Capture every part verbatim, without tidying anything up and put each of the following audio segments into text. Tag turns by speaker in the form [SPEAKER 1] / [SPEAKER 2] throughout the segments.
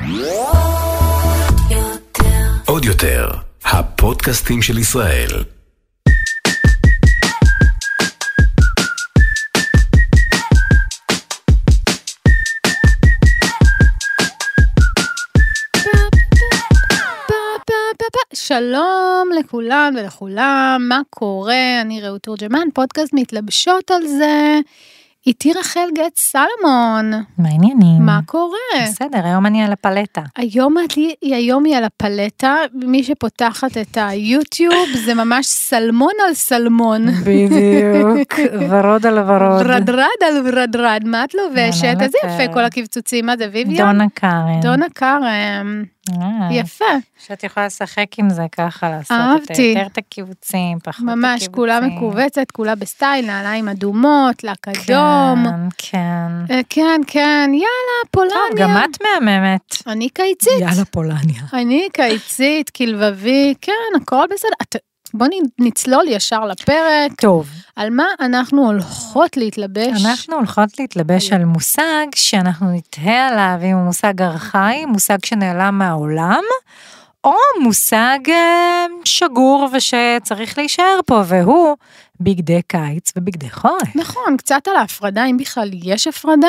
[SPEAKER 1] עוד יותר, הפודקאסטים של ישראל.
[SPEAKER 2] שלום לכולם ולכולם, מה קורה? אני רעות תורג'מן, פודקאסט מתלבשות על זה. איתי רחל גט סלמון.
[SPEAKER 3] מה העניינים?
[SPEAKER 2] מה קורה?
[SPEAKER 3] בסדר, היום אני על הפלטה.
[SPEAKER 2] היום, היום היא על הפלטה, מי שפותחת את היוטיוב, זה ממש סלמון על סלמון.
[SPEAKER 3] בדיוק, ורוד על ורוד.
[SPEAKER 2] ורדרד על ורדרד, מה את לובשת? איזה יפה כל הקבצוצים, מה זה ויביאן?
[SPEAKER 3] דונה קארן.
[SPEAKER 2] דונה קארן. יפה.
[SPEAKER 3] שאת יכולה לשחק עם זה ככה, לעשות את יותר את הקיבוצים, פחות את הקיבוצים.
[SPEAKER 2] ממש, כולה מקובצת, כולה בסטייל, נעליים אדומות, לק אדום.
[SPEAKER 3] כן, כן.
[SPEAKER 2] כן, כן, יאללה, פולניה.
[SPEAKER 3] טוב, גם את מהממת.
[SPEAKER 2] אני קיצית.
[SPEAKER 3] יאללה, פולניה.
[SPEAKER 2] אני קיצית, כלבבי, כן, הכל בסדר. בוא נצלול ישר לפרק.
[SPEAKER 3] טוב.
[SPEAKER 2] על מה אנחנו הולכות להתלבש?
[SPEAKER 3] אנחנו הולכות להתלבש על מושג שאנחנו נתהה עליו, אם הוא מושג ארכאי, מושג שנעלם מהעולם, או מושג שגור ושצריך להישאר פה, והוא בגדי קיץ ובגדי חורף.
[SPEAKER 2] נכון, קצת על ההפרדה, אם בכלל יש הפרדה,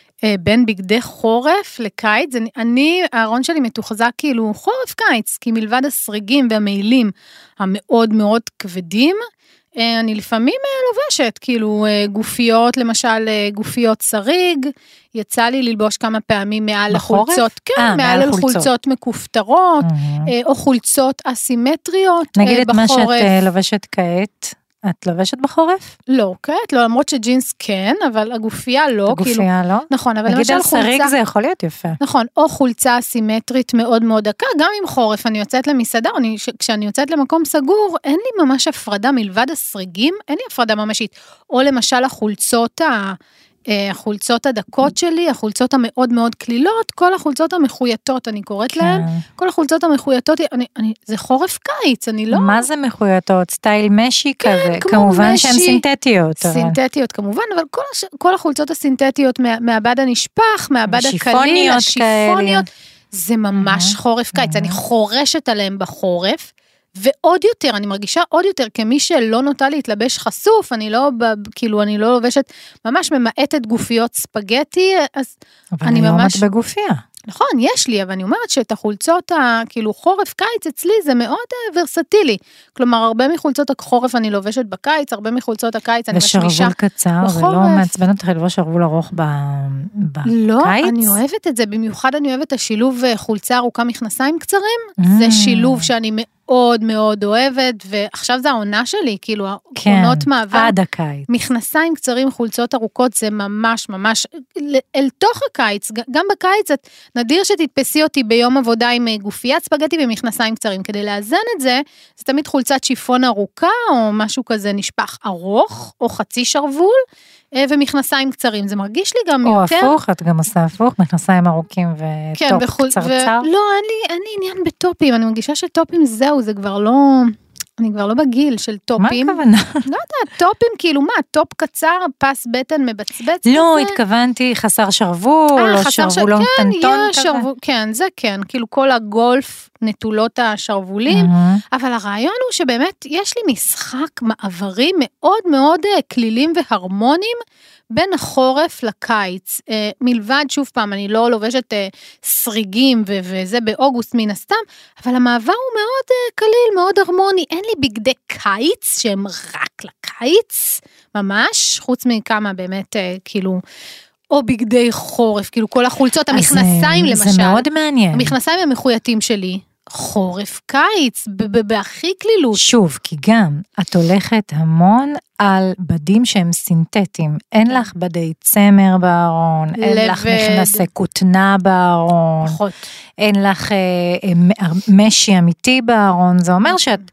[SPEAKER 2] בין בגדי חורף לקיץ, אני, הארון שלי מתוחזק כאילו חורף קיץ, כי מלבד הסריגים והמעילים המאוד מאוד כבדים, אני לפעמים לובשת, כאילו גופיות, למשל גופיות שריג, יצא לי ללבוש כמה פעמים מעל לחולצות, כן,
[SPEAKER 3] 아,
[SPEAKER 2] מעל לחולצות מכופתרות, mm-hmm. או חולצות אסימטריות בחורף.
[SPEAKER 3] נגיד את מה שאת לובשת כעת, את לובשת בחורף?
[SPEAKER 2] לא, כעת, לא, למרות שג'ינס כן, אבל הגופייה לא.
[SPEAKER 3] הגופייה
[SPEAKER 2] כאילו,
[SPEAKER 3] לא?
[SPEAKER 2] נכון, אבל
[SPEAKER 3] נגיד
[SPEAKER 2] למשל
[SPEAKER 3] על
[SPEAKER 2] חולצה...
[SPEAKER 3] שריג זה יכול להיות יפה.
[SPEAKER 2] נכון, או חולצה סימטרית מאוד מאוד דקה, גם עם חורף, אני יוצאת למסעדה, אני, כשאני יוצאת למקום סגור, אין לי ממש הפרדה מלבד הסריגים, אין לי הפרדה ממשית. או למשל החולצות ה... החולצות הדקות שלי, החולצות המאוד מאוד כלילות, כל החולצות המחויטות, אני קוראת להן, כל החולצות המחויטות, אני, אני, זה חורף קיץ, אני לא...
[SPEAKER 3] מה זה מחויטות? סטייל משי
[SPEAKER 2] כן,
[SPEAKER 3] כזה,
[SPEAKER 2] כמו
[SPEAKER 3] כמובן
[SPEAKER 2] משי,
[SPEAKER 3] שהן סינתטיות.
[SPEAKER 2] סינתטיות אבל... כמובן, אבל כל, הש... כל החולצות הסינתטיות, מה, מהבד הנשפך, מהבד הקליל, השיפוניות, זה ממש חורף קיץ, אני חורשת עליהם בחורף, ועוד יותר, אני מרגישה עוד יותר, כמי שלא נוטה להתלבש חשוף, אני לא, כאילו, אני לא לובשת, ממש ממעטת גופיות ספגטי, אז אני ממש...
[SPEAKER 3] אבל היום את בגופיה.
[SPEAKER 2] נכון, יש לי, אבל אני אומרת שאת החולצות, כאילו, חורף קיץ אצלי, זה מאוד ורסטילי. כלומר, הרבה מחולצות החורף אני לובשת בקיץ, הרבה מחולצות הקיץ אני משמישה בחורף.
[SPEAKER 3] ושרוול קצר, ולא מעצבן אותך לבוש שרוול ארוך בקיץ?
[SPEAKER 2] לא, אני אוהבת את זה, במיוחד אני אוהבת את השילוב חולצה ארוכה מכנסיים קצרים, זה שילוב שאני מאוד מאוד אוהבת, ועכשיו זה העונה שלי, כאילו, העונות מעבר.
[SPEAKER 3] עד הקיץ.
[SPEAKER 2] מכנסיים קצרים, חולצות ארוכות, זה ממש ממש, אל תוך הקיץ, גם בקיץ, את נדיר שתתפסי אותי ביום עבודה עם גופיית ספגטי ומכנסיים קצרים, כדי לאזן את זה, זה תמיד חולצת שיפון ארוכה, או משהו כזה נשפח ארוך, או חצי שרוול, ומכנסיים קצרים, זה מרגיש לי גם
[SPEAKER 3] או
[SPEAKER 2] יותר...
[SPEAKER 3] או הפוך, את גם עושה הפוך, מכנסיים ארוכים וטופ
[SPEAKER 2] כן, וחול...
[SPEAKER 3] קצרצר.
[SPEAKER 2] ו... לא, אין לי, אין לי עניין בטופים, אני מרגישה שטופים זהו, זה כבר לא... אני כבר לא בגיל של טופים.
[SPEAKER 3] מה הכוונה?
[SPEAKER 2] לא יודעת, טופים כאילו מה, טופ קצר, פס בטן מבצבץ
[SPEAKER 3] לא,
[SPEAKER 2] כזה?
[SPEAKER 3] התכוונתי חסר שרוול, או שרוולון
[SPEAKER 2] כן,
[SPEAKER 3] קטנטון כזה.
[SPEAKER 2] שרוול, כן, זה כן, כאילו כל הגולף נטולות השרבולים,
[SPEAKER 3] Mm-hmm.
[SPEAKER 2] אבל הרעיון הוא שבאמת יש לי משחק מעברים מאוד מאוד כלילים והרמונים, בין החורף לקיץ, אה, מלבד שוב פעם, אני לא לובשת אה, סריגים ו- וזה באוגוסט מן הסתם, אבל המעבר הוא מאוד אה, קליל, מאוד הרמוני, אין לי בגדי קיץ שהם רק לקיץ, ממש, חוץ מכמה באמת אה, כאילו, או בגדי חורף, כאילו כל החולצות, המכנסיים למשל.
[SPEAKER 3] זה מאוד מעניין.
[SPEAKER 2] המכנסיים המחויטים שלי, חורף קיץ, בהכי כלילות.
[SPEAKER 3] שוב, כי גם את הולכת המון על בדים שהם סינתטיים, אין לך בדי צמר בארון, אין לך מכנסי כותנה בארון, אין לך משי אמיתי בארון, זה אומר שאת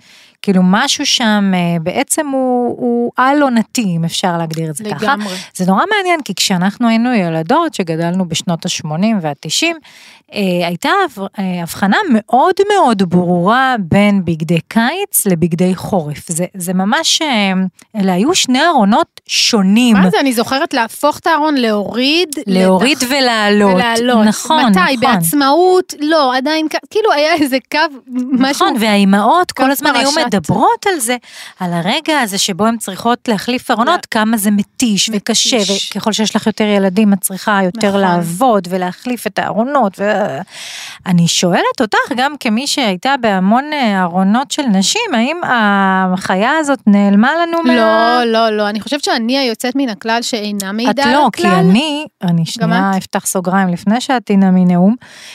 [SPEAKER 3] כאילו משהו שם בעצם הוא, הוא על-עונתי, אם אפשר להגדיר את זה ככה.
[SPEAKER 2] לגמרי.
[SPEAKER 3] זה נורא מעניין, כי כשאנחנו היינו ילדות, שגדלנו בשנות ה-שמונים וה-תשעים, הייתה הבחנה מאוד מאוד ברורה בין בגדי קיץ לבגדי חורף. זה, זה ממש, אלה היו שני ארונות שונים.
[SPEAKER 2] מה זה? אני זוכרת להפוך את הארון, להוריד.
[SPEAKER 3] להוריד לתח... ולעלות.
[SPEAKER 2] ולעלות.
[SPEAKER 3] נכון,
[SPEAKER 2] מתי?
[SPEAKER 3] נכון.
[SPEAKER 2] בעצמאות? לא, עדיין, כאילו היה איזה קו, משהו.
[SPEAKER 3] נכון, והאימהות כל הזמן היו מדברות על זה, על הרגע הזה שבו הן צריכות להחליף ארונות, כמה זה מתיש וקשה, וככל שיש לך יותר ילדים, את צריכה יותר לעבוד ולהחליף את הארונות, ואני שואלת אותך, גם כמי שהייתה בהמון ארונות של נשים, האם החיה הזאת נעלמה לנו מה...
[SPEAKER 2] לא, לא, לא, אני חושבת שאני היוצאת מן הכלל שאינה מעידה
[SPEAKER 3] על הכלל. את לא, כי אני, אני שנייה אפתח סוגריים לפני שאת תנעמי נאום,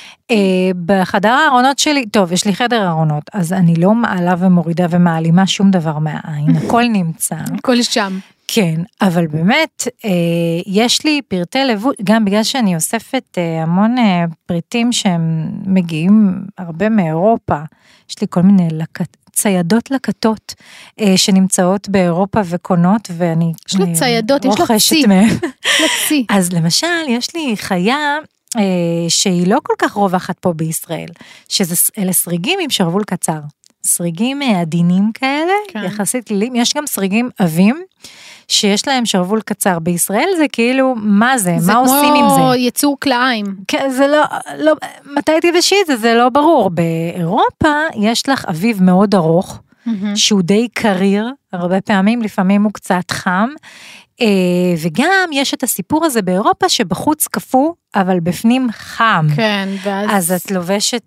[SPEAKER 3] בחדר הארונות שלי, טוב, יש לי חדר ארונות, אז אני לא מעלה ומורידה ומעלימה שום דבר מהעין, הכל נמצא.
[SPEAKER 2] הכל שם.
[SPEAKER 3] כן, אבל באמת, יש לי פרטי לבוש, גם בגלל שאני אוספת המון פריטים שהם מגיעים הרבה מאירופה, יש לי כל מיני לקט, ציידות לקטות שנמצאות באירופה וקונות, ואני
[SPEAKER 2] יש לה ציידות, יש לה צי. צי.
[SPEAKER 3] אז למשל, יש לי חיה שהיא לא כל כך רווחת פה בישראל, שאלה סריגים עם שרוול קצר. סריגים עדינים כאלה, כן. יחסית לילים, יש גם סריגים עבים, שיש להם שרוול קצר. בישראל זה כאילו, מה זה?
[SPEAKER 2] זה
[SPEAKER 3] מה עושים עם זה?
[SPEAKER 2] זה כמו יצור קלעיים.
[SPEAKER 3] כן, זה לא, לא, מתי תבשי את זה? זה לא ברור. באירופה יש לך אביב מאוד ארוך, mm-hmm. שהוא די קריר, הרבה פעמים, לפעמים הוא קצת חם, וגם יש את הסיפור הזה באירופה שבחוץ קפוא, אבל בפנים חם.
[SPEAKER 2] כן, ואז...
[SPEAKER 3] אז את לובשת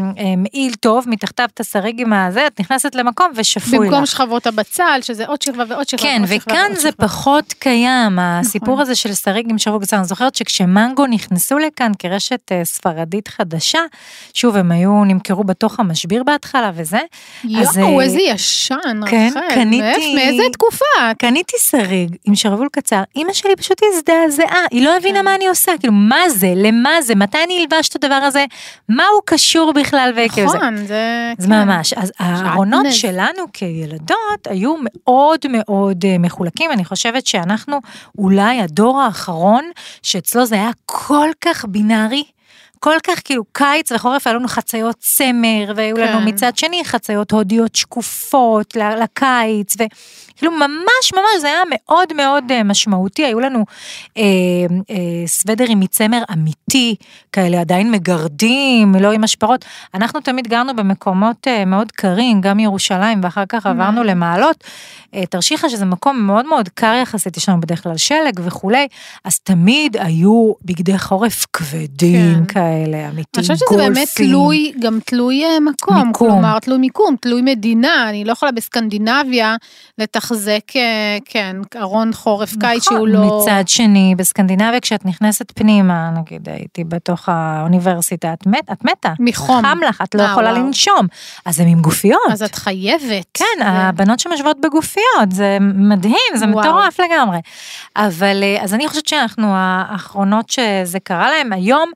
[SPEAKER 3] מעיל טוב, מתחתיו את הסריג עם הזה, את נכנסת למקום ושפוי לך.
[SPEAKER 2] במקום שכבות הבצל, שזה עוד שכבה ועוד שכבה.
[SPEAKER 3] כן, וכאן זה פחות קיים, הסיפור הזה של סריג עם שרוול קצר. אני זוכרת שכשמנגו נכנסו לכאן כרשת ספרדית חדשה, שוב, הם היו, נמכרו בתוך המשביר בהתחלה וזה.
[SPEAKER 2] יואו, איזה ישן,
[SPEAKER 3] כן, קניתי...
[SPEAKER 2] מאיזה תקופה?
[SPEAKER 3] קניתי סריג עם שרוול קצר, אמא שלי פשוט הזדעזעה, היא לא הבינה מה אני עושה, כאילו, מה זה, למה זה, מתי אני אלבש את הדבר הזה, מה הוא קשור בכלל וכאילו זה.
[SPEAKER 2] נכון, זה...
[SPEAKER 3] זה ממש, אז הארונות שלנו כילדות היו מאוד מאוד מחולקים, אני חושבת שאנחנו אולי הדור האחרון, שאצלו זה היה כל כך בינארי, כל כך כאילו קיץ וחורף, היו לנו חציות צמר, והיו כן. לנו מצד שני חציות הודיות שקופות לקיץ, וכאילו ממש ממש זה היה מאוד מאוד משמעותי, היו לנו אה, אה, סוודרים מצמר אמיתי, כאלה עדיין מגרדים, לא עם השפרות, אנחנו תמיד גרנו במקומות אה, מאוד קרים, גם ירושלים, ואחר כך עברנו למעלות, אה, תרשיחה שזה מקום מאוד מאוד קר יחסית, יש לנו בדרך כלל שלג וכולי, אז תמיד היו בגדי חורף כבדים כן. כאלה. אלה, אמיתיים,
[SPEAKER 2] אני חושבת שזה באמת תלוי, גם תלוי מקום, מיקום. כלומר, תלוי מיקום, תלוי מדינה, אני לא יכולה בסקנדינביה לתחזק, כן, ארון חורף קיץ שהוא לא...
[SPEAKER 3] מצד שני, בסקנדינביה, כשאת נכנסת פנימה, נגיד, הייתי בתוך האוניברסיטה, את מתה, את מתה,
[SPEAKER 2] מחום.
[SPEAKER 3] חם לך, את לא יכולה לנשום, אז הם עם גופיות.
[SPEAKER 2] אז את חייבת.
[SPEAKER 3] כן, הבנות שמשוות בגופיות, זה מדהים, זה מטורף לגמרי. אבל, אז אני חושבת שאנחנו, האחרונות שזה קרה להם היום,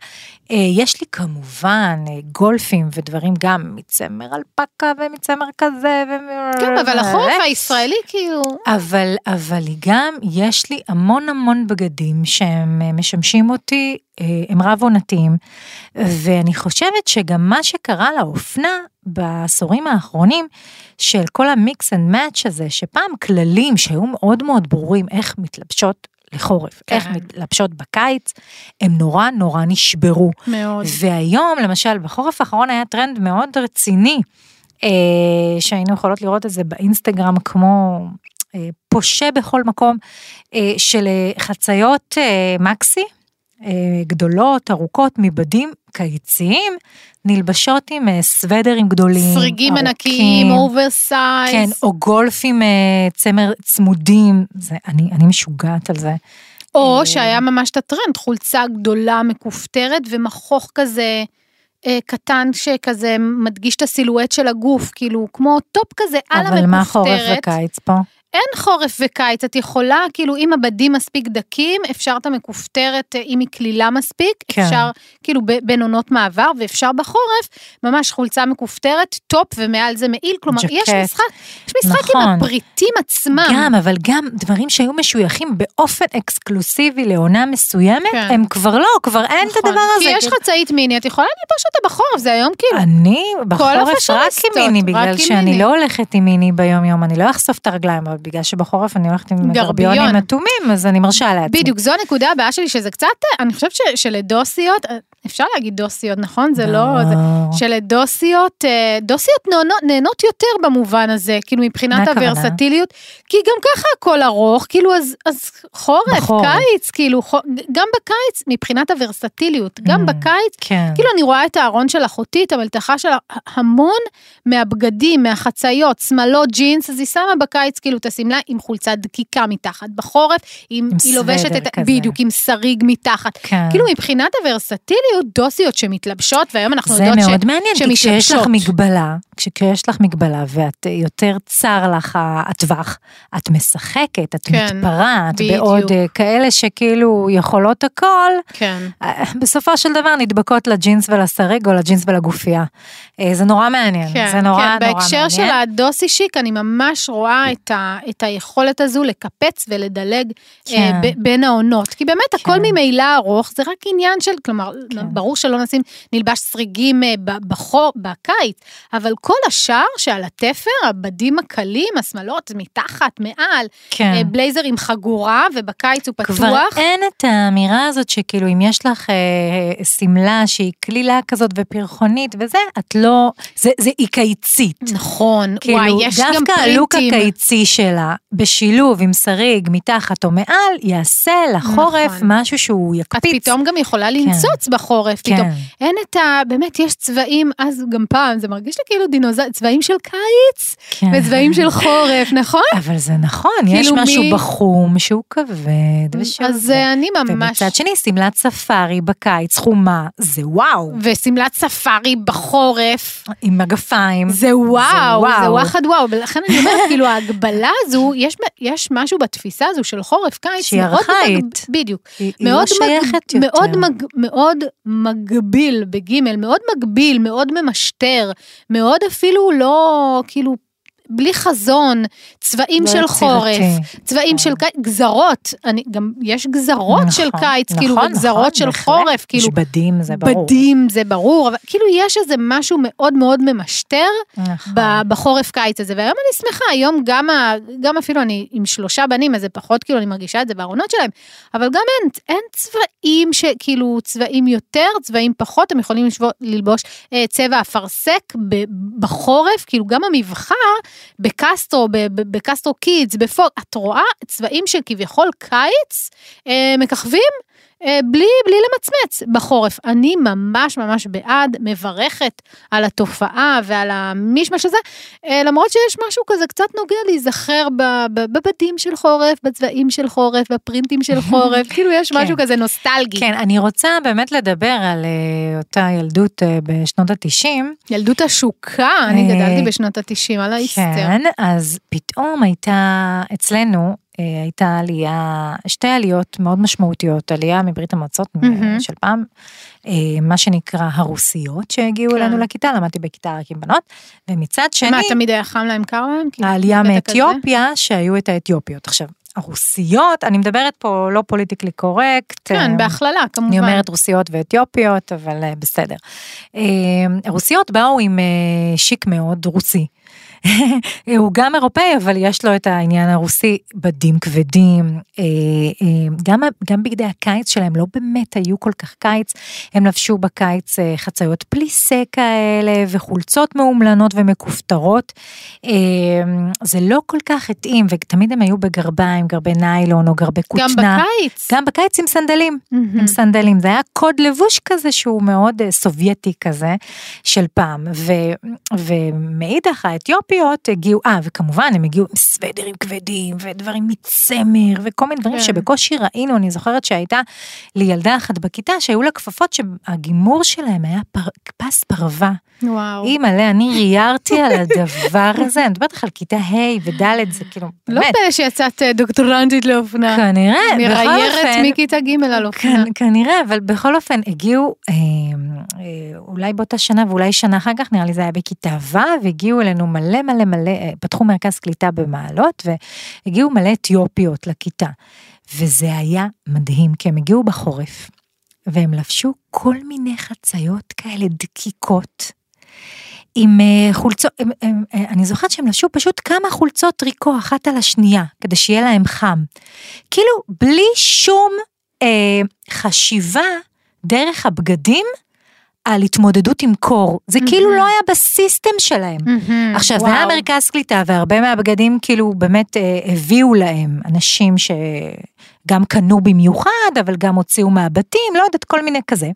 [SPEAKER 3] יש לי כמובן גולפים ודברים גם מצמר אלפקה ומצמר כזה.
[SPEAKER 2] כן, אבל החורף הישראלי כאילו.
[SPEAKER 3] אבל, אבל גם יש לי המון המון בגדים שהם משמשים אותי, הם רב עונתיים, ואני חושבת שגם מה שקרה לאופנה בעשורים האחרונים, של כל המיקס אנד מאץ' הזה, שפעם כללים שהיו מאוד מאוד ברורים איך מתלבשות לחורף, כן. איך מתלבשות בקיץ, הם נורא נורא נשברו.
[SPEAKER 2] מאוד.
[SPEAKER 3] והיום, למשל, בחורף האחרון היה טרנד מאוד רציני, אה, שהיינו יכולות לראות את זה באינסטגרם, כמו אה, פושה בכל מקום, אה, של חציות אה, מקסי, אה, גדולות, ארוכות, מבדים, קיציים, נלבשות עם סוודרים גדולים,
[SPEAKER 2] סריגים ענקיים, אוברסייז.
[SPEAKER 3] כן, או גולפים צמר צמודים, זה, אני, אני משוגעת על זה.
[SPEAKER 2] או שהיה ממש את הטרנד, חולצה גדולה, מקופטרת, ומחוך כזה קטן שכזה מדגיש את הסילואט של הגוף, כאילו כמו טופ כזה על המקופטרת.
[SPEAKER 3] אבל מה חורף וקיץ פה?
[SPEAKER 2] אין חורף וקיץ, את יכולה, כאילו, אם הבדים מספיק דקים, אפשר את המכופתרת, אם היא כלילה מספיק, כן. אפשר, כאילו, בין עונות מעבר, ואפשר בחורף, ממש חולצה מכופתרת, טופ, ומעל זה מעיל, כלומר, ג'קט. יש משחק, יש משחק נכון. עם הפריטים עצמם.
[SPEAKER 3] גם, אבל גם דברים שהיו משויכים באופן אקסקלוסיבי לעונה מסוימת, כן. הם כבר לא, כבר אין נכון. את הדבר הזה.
[SPEAKER 2] כי יש חצאית מיני, את יכולה ללבוש אותה בחורף, זה היום כאילו.
[SPEAKER 3] אני בחורף רק עם מיני, בגלל שאני לא הולכת עם מיני ביום יום, אני לא אחשוף את הרגליים, אבל בגלל שבחורף אני הולכת עם גרביונים אטומים, אז אני מרשה לעצמי.
[SPEAKER 2] בדיוק, זו הנקודה הבאה שלי, שזה קצת, אני חושבת שלדוסיות, אפשר להגיד דוסיות, נכון? זה לא, שלדוסיות, דוסיות נהנות יותר במובן הזה, כאילו מבחינת הוורסטיליות, כי גם ככה הכל ארוך, כאילו אז חורף, קיץ, כאילו, גם בקיץ, מבחינת הוורסטיליות, גם בקיץ, כאילו אני רואה את הארון של אחותי, את המלתחה של המון מהבגדים, מהחצאיות, שמלות, ג'ינס, אז היא שמה בקיץ, כאילו תשים לה עם חולצה דקיקה מתחת, בחורף, היא לובשת את, בדיוק, עם שריג מתחת, כאילו מבחינת הוורסטיליות, דוסיות שמתלבשות, והיום אנחנו יודעות
[SPEAKER 3] שמתלבשות. זה מאוד מעניין, כי כשיש לך מגבלה, כשיש לך מגבלה, ואת יותר צר לך הטווח, את משחקת, את מתפרה, את בעוד כאלה שכאילו יכולות הכל, בסופו של דבר נדבקות לג'ינס ולשריג, או לג'ינס ולגופיה. זה נורא מעניין, זה נורא נורא מעניין.
[SPEAKER 2] בהקשר של הדוסי שיק, אני ממש רואה את היכולת הזו לקפץ ולדלג בין העונות, כי באמת הכל ממילא ארוך, זה רק עניין של, כלומר, ברור שלא נשים נלבש סריגים בחור, בקיץ, אבל כל השאר שעל התפר, הבדים הקלים, השמלות מתחת, מעל, בלייזר עם חגורה, ובקיץ הוא פתוח.
[SPEAKER 3] כבר אין את האמירה הזאת שכאילו אם יש לך סמלה שהיא כלילה כזאת ופרחונית וזה, את לא, זה, זה היא קיצית.
[SPEAKER 2] נכון,
[SPEAKER 3] כאילו, וואי, יש גם פרינטים. דווקא הלוק הקיצי שלה, בשילוב עם שריג מתחת או מעל, יעשה לחורף נכון. משהו שהוא יקפיץ.
[SPEAKER 2] את פתאום גם יכולה לנצוץ כן. בחורף, כן. פתאום. אין את ה, באמת יש צבעים, אז גם פעם, זה מרגיש לי כאילו דינוזר, צבעים של קיץ, כן. וצבעים של חורף, נכון?
[SPEAKER 3] אבל זה נכון, כאילו יש משהו מי... בחום, שהוא כבד, ושווה.
[SPEAKER 2] אז אני ממש...
[SPEAKER 3] ובצד שני, סמלת ספארי בקיץ, חומה, זה וואו.
[SPEAKER 2] וסמלת ספארי בחורף.
[SPEAKER 3] עם מגפיים.
[SPEAKER 2] זה וואו, זה, וואו. זה וואחד וואו, ולכן אני אומרת, כאילו, ההגבלה הזו, יש, יש משהו בתפיסה הזו של חורף קיץ,
[SPEAKER 3] שהיא ארכאית.
[SPEAKER 2] מג... בדיוק.
[SPEAKER 3] היא, מאוד היא לא שייכת יותר.
[SPEAKER 2] מאוד, מג, מאוד מגביל בגימל, מאוד מגביל, מאוד ממשטר, מאוד אפילו לא, כאילו, בלי חזון, צבעים של חורף, צבעים של גזרות, גם יש גזרות של קיץ, כאילו, וגזרות של חורף, כאילו,
[SPEAKER 3] בדים זה ברור.
[SPEAKER 2] בדים זה ברור, אבל כאילו יש איזה משהו מאוד מאוד ממשטר, בחורף קיץ הזה, והיום אני שמחה, היום גם אפילו אני עם שלושה בנים, אז זה פחות, כאילו, אני מרגישה את זה בארונות שלהם, אבל גם אין, אין צבעים שכאילו, צבעים יותר, צבעים פחות, הם יכולים ללבוש צבע אפרסק בחורף, כאילו, גם המבחר, בקסטרו, בקסטרו קידס, בפוק, את רואה צבעים של כביכול קיץ, אה, מככבים, אה, בלי, בלי למצמץ בחורף. אני ממש ממש בעד, מברכת על התופעה ועל המשמש הזה, אה, למרות שיש משהו כזה קצת נוגע להיזכר בבדים של חורף, בצבעים של חורף, בפרינטים של חורף, כאילו יש משהו כזה נוסטלגי.
[SPEAKER 3] כן, אני רוצה באמת לדבר על אה, אותה ילדות אה, בשנות ה-תשעים.
[SPEAKER 2] ילדות השוקה, אה, אני גדלתי בשנות ה-תשעים, על האיסטר.
[SPEAKER 3] כן, אז פתאום הייתה אצלנו, הייתה עלייה, שתי עליות מאוד משמעותיות, עלייה מברית המועצות mm-hmm. של פעם, מה שנקרא הרוסיות שהגיעו כן. אלינו לכיתה, למדתי בכיתה רק עם בנות, ומצד שני...
[SPEAKER 2] מה, תמיד היה חם להם קר להם?
[SPEAKER 3] העלייה מאתיופיה, כזה? שהיו את האתיופיות. עכשיו, הרוסיות, אני מדברת פה לא פוליטיקלי קורקט.
[SPEAKER 2] כן, בהכללה, כמובן.
[SPEAKER 3] אני אומרת רוסיות ואתיופיות, אבל בסדר. הרוסיות באו עם שיק מאוד רוסי. הוא גם אירופאי, אבל יש לו את העניין הרוסי, בדים כבדים, גם, גם בגדי הקיץ שלהם לא באמת היו כל כך קיץ, הם לבשו בקיץ חצאיות פליסה כאלה, וחולצות מאומלנות ומכופתרות, זה לא כל כך התאים, ותמיד הם היו בגרביים, גרבי ניילון או גרבי כותנה.
[SPEAKER 2] גם בקיץ.
[SPEAKER 3] גם בקיץ עם סנדלים, mm-hmm. עם סנדלים, זה היה קוד לבוש כזה, שהוא מאוד סובייטי כזה, של פעם, ו, ומאידך האתיופי, הגיעו, אה, וכמובן, הם הגיעו עם סוודרים כבדים, ודברים מצמר, וכל מיני דברים שבקושי ראינו, אני זוכרת שהייתה לי ילדה אחת בכיתה, שהיו לה כפפות שהגימור שלהם היה פנקס פרווה.
[SPEAKER 2] וואו.
[SPEAKER 3] היא מלא, אני ריירתי על הדבר הזה, אני מדברת לך על כיתה ה' וד' זה כאילו,
[SPEAKER 2] לא פלא שיצאת דוקטורנטית לאופנה.
[SPEAKER 3] כנראה,
[SPEAKER 2] אני
[SPEAKER 3] בכל
[SPEAKER 2] ריירת
[SPEAKER 3] אופן,
[SPEAKER 2] מכיתה ג' על אופנה.
[SPEAKER 3] כנראה, אבל בכל אופן הגיעו, אה, אה, אולי באותה שנה ואולי שנה אחר כך, נראה לי זה היה בכיתה ו', והגיעו אלינו מלא מלא מלא, פתחו מרכז קליטה במעלות, והגיעו מלא אתיופיות לכיתה, וזה היה מדהים, כי הם הגיעו בחורף, והם לבשו כל מיני חציות כאלה דקיקות, עם חולצות, הם, הם, אני זוכרת שהם לבשו פשוט כמה חולצות טריקו אחת על השנייה, כדי שיהיה להם חם. כאילו, בלי שום אה, חשיבה דרך הבגדים, על התמודדות עם קור. זה mm-hmm. כאילו לא היה בסיסטם שלהם. Mm-hmm. עכשיו, וואו. זה היה מרכז קליטה, והרבה מהבגדים כאילו באמת אה, הביאו להם אנשים שגם קנו במיוחד, אבל גם הוציאו מהבתים, לא יודעת, כל מיני כזה.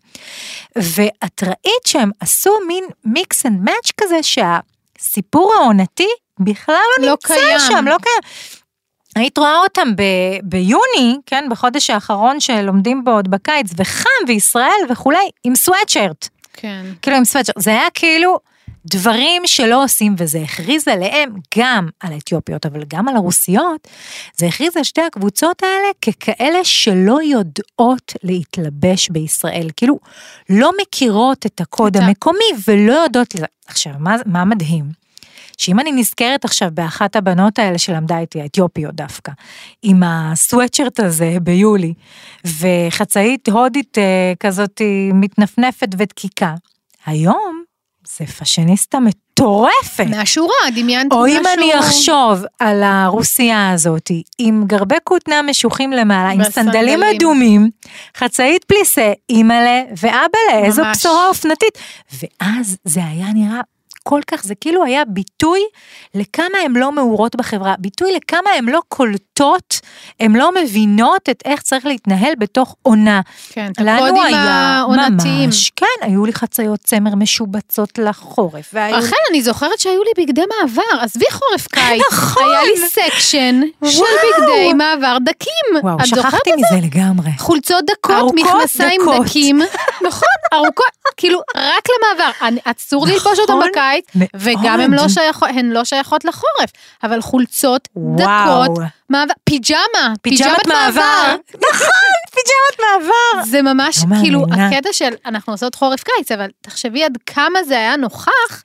[SPEAKER 3] ואת ראית שהם עשו מין מיקס אנד מאץ' כזה, שהסיפור העונתי בכלל לא, לא נמצא קיים. שם, לא קיים. היית רואה אותם ב- ביוני, כן, בחודש האחרון שלומדים בו עוד בקיץ, וחם וישראל וכולי, עם סוואטשרט.
[SPEAKER 2] כן.
[SPEAKER 3] כאילו עם סוואטשרט. זה היה כאילו דברים שלא עושים, וזה הכריז עליהם גם על האתיופיות, אבל גם על הרוסיות, זה הכריז על שתי הקבוצות האלה, ככאלה שלא יודעות להתלבש בישראל, כאילו לא מכירות את הקוד המקומי, ולא יודעות, עכשיו, מה, מה מדהים? שאם אני נזכרת עכשיו באחת הבנות האלה שלמדה איתי, האתיופיות דווקא, עם הסוואטשרט הזה ביולי, וחצאית הודית כזאת מתנפנפת ודקיקה, היום זה פאשיניסטה מטורפת.
[SPEAKER 2] מהשורה, דמיינתי
[SPEAKER 3] או
[SPEAKER 2] משהו.
[SPEAKER 3] אם אני אחשוב על הרוסיה הזאת, עם גרבי כותנה משוחים למעלה, עם סנדלים אדומים, חצאית פליסה, אימאלה ואבאלה, איזו בשורה אופנתית. ואז זה היה נראה כל כך, זה כאילו היה ביטוי לכמה הן לא מאורות בחברה, ביטוי לכמה הן לא קולטות, הן לא מבינות את איך צריך להתנהל בתוך עונה.
[SPEAKER 2] כן, את הקודים העונתיים.
[SPEAKER 3] ממש, כן, היו לי חציות צמר משובצות לחורף.
[SPEAKER 2] רחל, אני זוכרת שהיו לי בגדי מעבר, עזבי חורף קיץ. נכון. היה לי סקשן של בגדי מעבר דקים.
[SPEAKER 3] וואו, שכחתי מזה לגמרי.
[SPEAKER 2] חולצות דקות, מכנסיים דקים. נכון, ארוכות, כאילו רק למעבר. אסור ללבוש אותם בקיץ, וגם הן לא שייכות, הן לא שייכות לחורף, אבל חולצות דקות, פיג'מה, פיג'מת מעבר.
[SPEAKER 3] נכון, פיג'מת מעבר.
[SPEAKER 2] זה ממש כאילו הקטע של, אנחנו עושות חורף קיץ, אבל תחשבי עד כמה זה היה נוכח,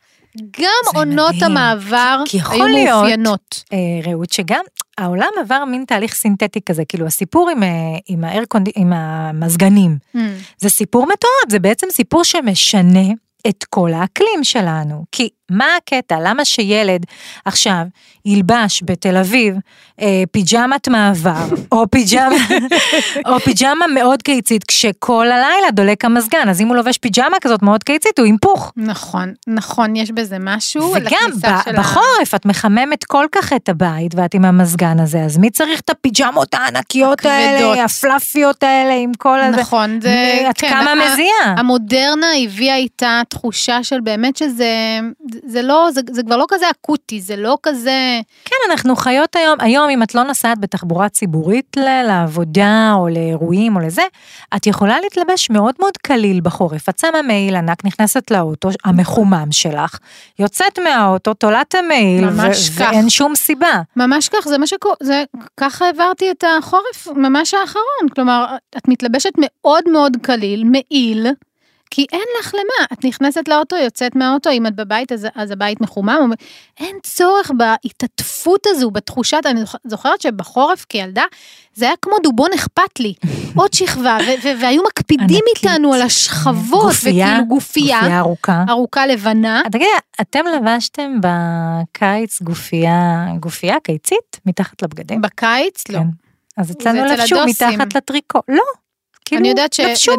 [SPEAKER 2] גם עונות המעבר היו מאופיינות.
[SPEAKER 3] ראות שגם העולם עבר מין תהליך סינתטי כזה, כאילו הסיפור עם, עם, האר, עם המזגנים, mm. זה סיפור מטורף, זה בעצם סיפור שמשנה את כל האקלים שלנו, כי מה הקטע, למה שילד עכשיו ילבש בתל אביב אה, פיג'מת מעבר, או פיג'מה, או פיג'מה מאוד קיצית, כשכל הלילה דולק המזגן, אז אם הוא לובש פיג'מה כזאת מאוד קיצית, הוא ימפוך.
[SPEAKER 2] נכון, נכון, יש בזה משהו.
[SPEAKER 3] וגם ב- בחורף, ה... את מחממת כל כך את הבית, ואת עם המזגן הזה, אז מי צריך את הפיג'מות הענקיות הכבדות. האלה, הפלאפיות האלה, עם כל הזה?
[SPEAKER 2] נכון, זה...
[SPEAKER 3] את כן, כמה מזיעה.
[SPEAKER 2] המודרנה הביאה איתה תחושה של באמת שזה... זה לא, זה, זה כבר לא כזה אקוטי, זה לא כזה...
[SPEAKER 3] כן, אנחנו חיות היום, היום אם את לא נוסעת בתחבורה ציבורית לעבודה או לאירועים או לזה, את יכולה להתלבש מאוד מאוד קליל בחורף, את שמה מעיל ענק, נכנסת לאוטו המחומם שלך, יוצאת מהאוטו, תולת המעיל, ו- ואין שום סיבה.
[SPEAKER 2] ממש כך, זה מה שקורה, זה, ככה העברתי את החורף ממש האחרון, כלומר, את מתלבשת מאוד מאוד קליל, מעיל, כי אין לך למה, את נכנסת לאוטו, יוצאת מהאוטו, אם את בבית, אז, אז הבית מחומם, אין צורך בהתעטפות הזו, בתחושת, אני זוכרת שבחורף כילדה, זה היה כמו דובון אכפת לי, עוד שכבה, ו- ו- והיו מקפידים איתנו על השכבות,
[SPEAKER 3] גופייה,
[SPEAKER 2] וכאילו גופייה,
[SPEAKER 3] גופייה ארוכה,
[SPEAKER 2] ארוכה לבנה.
[SPEAKER 3] תגידי, אתם לבשתם בקיץ גופייה, גופייה קיצית, מתחת לבגדים?
[SPEAKER 2] בקיץ? לא.
[SPEAKER 3] אז אצלנו לבשו מתחת לטריקו, לא.
[SPEAKER 2] אני יודעת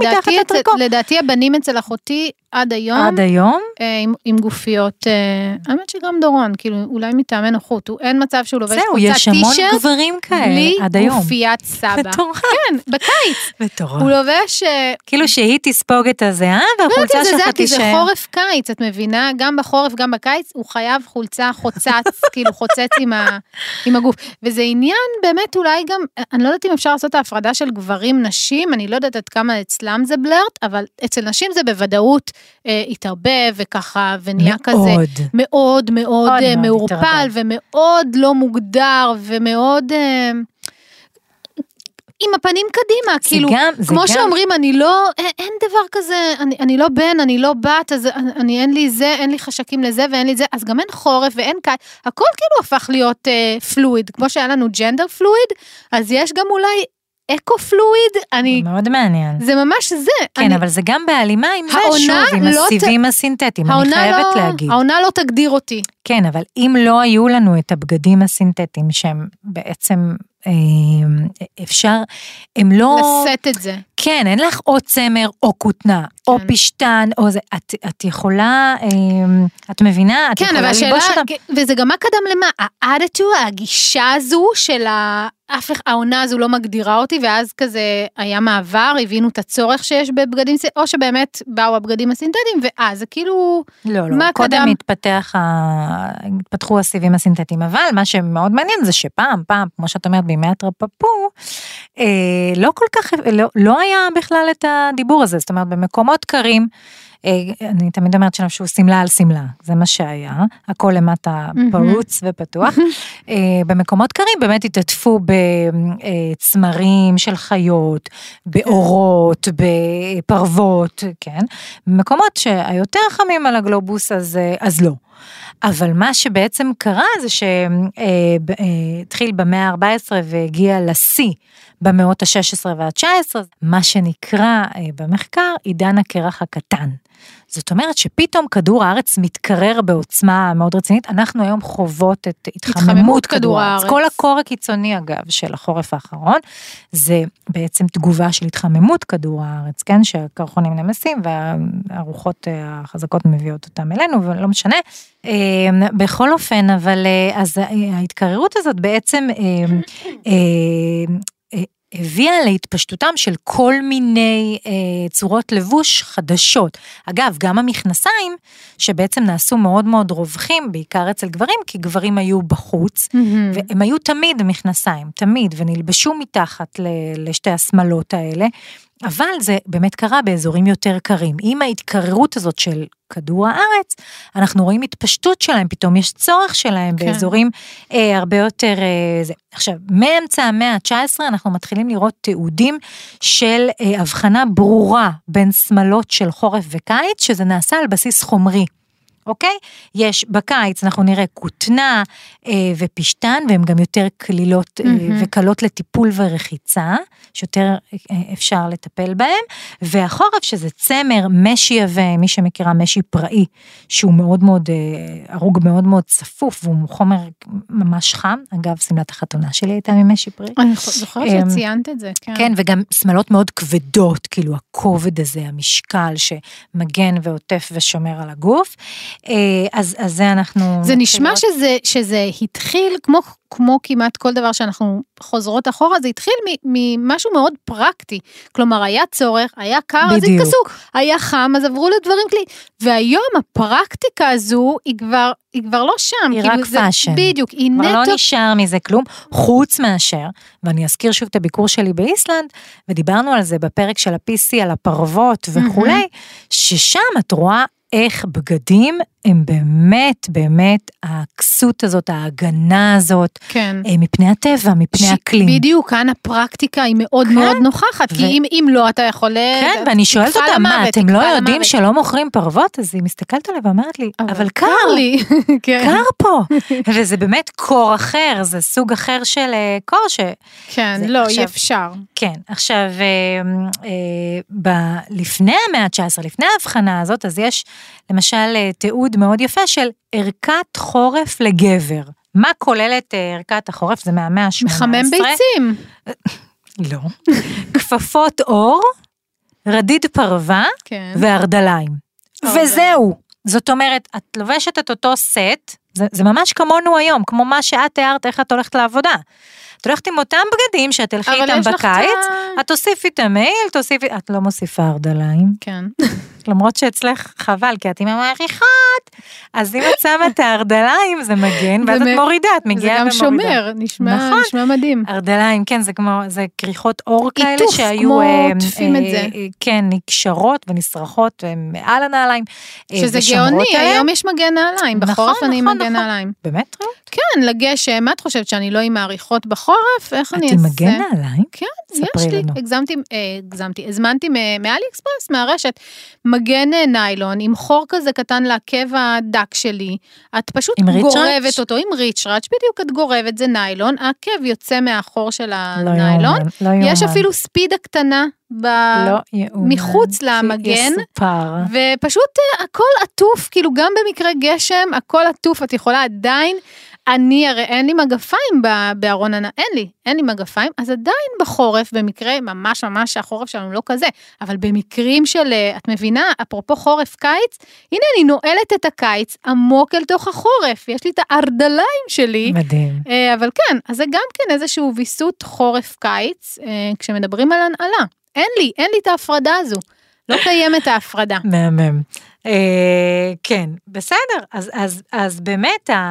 [SPEAKER 2] שלדעתי הבנים אצל אחותי עד היום,
[SPEAKER 3] עד היום,
[SPEAKER 2] עם, עם גופיות, האמת שגם דורון, כאילו אולי מטעמי נוחות, הוא אין מצב שהוא לובש
[SPEAKER 3] חולצת טישרט, זהו, יש המון גברים כאלה, עד היום.
[SPEAKER 2] בלי גופיית סבא.
[SPEAKER 3] מטורף.
[SPEAKER 2] כן, בקיץ.
[SPEAKER 3] מטורף.
[SPEAKER 2] הוא לובש... כאילו
[SPEAKER 3] שהיא תספוג את הזהה, והחולצה שלך תישאר.
[SPEAKER 2] זה חורף קיץ, את מבינה? גם בחורף, גם בקיץ, הוא חייב חולצה חוצץ, כאילו חוצץ עם, ה, עם הגוף. וזה עניין באמת אולי גם, אני לא יודעת אם אפשר לעשות ההפרדה של גברים, נשים, אני לא יודעת עד כמה אצלם זה בלרט, אבל אצל נשים זה בוודאות אה, התערבב וככה, ונהיה
[SPEAKER 3] מאוד.
[SPEAKER 2] כזה מאוד מאוד, מאוד מעורפל,
[SPEAKER 3] התערבב.
[SPEAKER 2] ומאוד לא מוגדר, ומאוד... אה, עם הפנים קדימה, כאילו,
[SPEAKER 3] גם, כמו
[SPEAKER 2] גם...
[SPEAKER 3] שאומרים,
[SPEAKER 2] אני לא, אין, אין דבר כזה, אני, אני לא בן, אני לא בת, אז אני, אין לי זה, אין לי חשקים לזה, ואין לי זה, אז גם אין חורף ואין קיץ, הכל כאילו הפך להיות אה, פלואיד, כמו שהיה לנו ג'נדר פלואיד, אז יש גם אולי אקו פלואיד, אני...
[SPEAKER 3] מאוד מעניין.
[SPEAKER 2] זה ממש זה.
[SPEAKER 3] כן,
[SPEAKER 2] אני...
[SPEAKER 3] אבל זה גם בהלימה עם זה, שוב, עם
[SPEAKER 2] לא
[SPEAKER 3] הסיבים
[SPEAKER 2] ת...
[SPEAKER 3] הסינתטיים, אני חייבת
[SPEAKER 2] לא...
[SPEAKER 3] להגיד.
[SPEAKER 2] העונה לא תגדיר אותי.
[SPEAKER 3] כן, אבל אם לא היו לנו את הבגדים הסינתטיים, שהם בעצם... אפשר, הם לא...
[SPEAKER 2] לשאת את זה.
[SPEAKER 3] כן, אין לך או צמר, או כותנה, כן. או פשטן, או זה, את, את יכולה, את מבינה, את
[SPEAKER 2] כן,
[SPEAKER 3] יכולה
[SPEAKER 2] אבל
[SPEAKER 3] ללבוש
[SPEAKER 2] שאלה,
[SPEAKER 3] אותם.
[SPEAKER 2] וזה גם מה קדם למה, האדטו, הגישה הזו של אף העונה הזו לא מגדירה אותי, ואז כזה היה מעבר, הבינו את הצורך שיש בבגדים, או שבאמת באו הבגדים הסינתטיים, ואז זה כאילו...
[SPEAKER 3] לא, לא, קודם קדם... התפתח, התפתחו הסיבים הסינתטיים, אבל מה שמאוד מעניין זה שפעם, פעם, כמו שאת אומרת, בימי הטרפפו, אה, לא כל כך, לא, לא היה בכלל את הדיבור הזה, זאת אומרת, במקומות קרים, אני תמיד אומרת שלבשו סמלה על סמלה, זה מה שהיה, הכל למטה פרוץ ופתוח, במקומות קרים באמת התעטפו בצמרים של חיות, באורות, בפרוות, כן, במקומות שהיותר חמים על הגלובוס, אז, אז לא. אבל מה שבעצם קרה זה שהתחיל במאה ה-ארבע עשרה והגיע לשיא במאות ה-שש עשרה וה-תשע עשרה, מה שנקרא במחקר עידן הקרח הקטן. זאת אומרת שפתאום כדור הארץ מתקרר בעוצמה מאוד רצינית, אנחנו היום חוות את התחממות כדור הארץ. כל הקור הקיצוני אגב של החורף האחרון, זה בעצם תגובה של התחממות כדור הארץ, כן, שהקרחונים נמסים והרוחות החזקות מביאות אותם אלינו, ולא משנה. בכל אופן, אבל אז ההתקררות הזאת בעצם הביאה להתפשטותם של כל מיני אה, צורות לבוש חדשות. אגב, גם המכנסיים, שבעצם נעשו מאוד מאוד רווחים, בעיקר אצל גברים, כי גברים היו בחוץ, mm-hmm. והם היו תמיד מכנסיים, תמיד, ונלבשו מתחת ל- לשתי השמלות האלה, אבל זה באמת קרה באזורים יותר קרים. עם ההתקררות הזאת של כדור הארץ, אנחנו רואים התפשטות שלהם, פתאום יש צורך שלהם כן. באזורים אה, הרבה יותר... אה, זה. עכשיו, מאמצע המאה ה-תשע עשרה אנחנו מתחילים לראות תיעודים של אה, הבחנה ברורה בין שמלות של חורף וקיץ, שזה נעשה על בסיס חומרי. אוקיי? יש בקיץ, אנחנו נראה כותנה אה, ופשטן, והן גם יותר כלילות אה, mm-hmm. וקלות לטיפול ורחיצה, שיותר אה, אפשר לטפל בהם, והחורף שזה צמר, משי יווה, מי שמכירה משי פראי, שהוא מאוד מאוד, אה, ארוג מאוד מאוד צפוף, והוא חומר ממש חם, אגב, סמלת החתונה שלי הייתה ממשי פראי.
[SPEAKER 2] אני זוכרת אה, שציינת את זה, כן.
[SPEAKER 3] כן, וגם שמלות מאוד כבדות, כאילו הכובד הזה, המשקל שמגן ועוטף ושומר על הגוף, אז, אז זה אנחנו...
[SPEAKER 2] זה נשמע שזה, שזה התחיל, כמו, כמו כמעט כל דבר שאנחנו חוזרות אחורה, זה התחיל ממשהו מאוד פרקטי. כלומר, היה צורך, היה קר, אז התכסו, היה חם, אז עברו לדברים כלי. והיום הפרקטיקה הזו, היא כבר, היא כבר לא שם.
[SPEAKER 3] היא רק פאשן.
[SPEAKER 2] בדיוק, היא נטו...
[SPEAKER 3] כבר לא נשאר מזה כלום, חוץ מאשר, ואני אזכיר שוב את הביקור שלי באיסלנד, ודיברנו על זה בפרק של ה-פי סי, על הפרוות וכולי, ששם את רואה איך בגדים הם באמת, באמת, הכסות הזאת, ההגנה הזאת,
[SPEAKER 2] כן.
[SPEAKER 3] מפני הטבע, מפני אקלים.
[SPEAKER 2] בדיוק, כאן הפרקטיקה היא מאוד כן. מאוד נוכחת, ו... כי אם, אם לא, אתה יכול...
[SPEAKER 3] כן, ואני שואלת אותה, מה, אתם לא יודעים למוות. שלא מוכרים פרוות? אז היא מסתכלת עליה ואומרת לי, אבל, אבל קר, קר לי, קר פה. וזה באמת קור אחר, זה סוג אחר של קור ש...
[SPEAKER 2] כן, לא, עכשיו, אי אפשר.
[SPEAKER 3] כן, עכשיו, אה, אה, ב- לפני המאה ה-תשע עשרה, לפני ההבחנה הזאת, אז יש למשל תיעוד מאוד יפה של ערכת חורף לגבר. מה כוללת ערכת החורף? זה מהמאה ה-שמונה עשרה.
[SPEAKER 2] מחמם ביצים.
[SPEAKER 3] לא. כפפות אור, רדיד פרווה כן. והרדליים. וזהו. זאת אומרת, את לובשת את אותו סט, זה, זה ממש כמונו היום, כמו מה שאת תיארת איך את הולכת לעבודה. את הולכת עם אותם בגדים שאת תלכי איתם בקיץ, את תוסיפי את המייל, תוסיפי, את לא מוסיפה הרדליים.
[SPEAKER 2] כן.
[SPEAKER 3] למרות שאצלך חבל, כי את עם המעריכות, אז אם את שמה את ההרדליים, זה מגן, ואז את מורידה, את מגיעה ומורידה.
[SPEAKER 2] זה גם שומר, נשמע מדהים.
[SPEAKER 3] הרדליים, כן, זה כמו, זה כריכות אור כאלה שהיו,
[SPEAKER 2] כמו תופים את זה.
[SPEAKER 3] כן, נקשרות ונסרחות מעל הנעליים.
[SPEAKER 2] שזה גאוני, היום יש מגן נעליים, בחורף אני עם מגן נעליים.
[SPEAKER 3] באמת?
[SPEAKER 2] כן, לגשם, מה את חושבת שאני לא עם מעריכות בחורף? איך אני
[SPEAKER 3] אעשה? את עם מגן נעליים?
[SPEAKER 2] כן, יש לי, הגזמתי, הגזמתי, הזמנתי מאלי אקספרס, מהרשת, מגן ניילון, עם חור כזה קטן לעקב הדק שלי, את פשוט גורבת אותו, עם ריצ'ראץ', בדיוק את גורבת, זה ניילון, העקב יוצא מהחור של הניילון, יש אפילו ספידה קטנה, מחוץ למגן, ופשוט הכל עטוף, כאילו גם במקרה גשם, הכל עטוף, את יכולה עדיין, אני הרי אין לי מגפיים בארון ענן, אין לי, אין לי מגפיים, אז עדיין בחורף, במקרה ממש ממש שהחורף שלנו לא כזה, אבל במקרים של, את מבינה, אפרופו חורף קיץ, הנה אני נועלת את הקיץ עמוק אל תוך החורף, יש לי את הארדליים שלי.
[SPEAKER 3] מדהים.
[SPEAKER 2] אבל כן, אז זה גם כן איזשהו ויסות חורף קיץ, כשמדברים על הנעלה. אין לי, אין לי את ההפרדה הזו. לא קיימת ההפרדה.
[SPEAKER 3] מהמם. אה, כן, בסדר. אז, אז, אז באמת ה,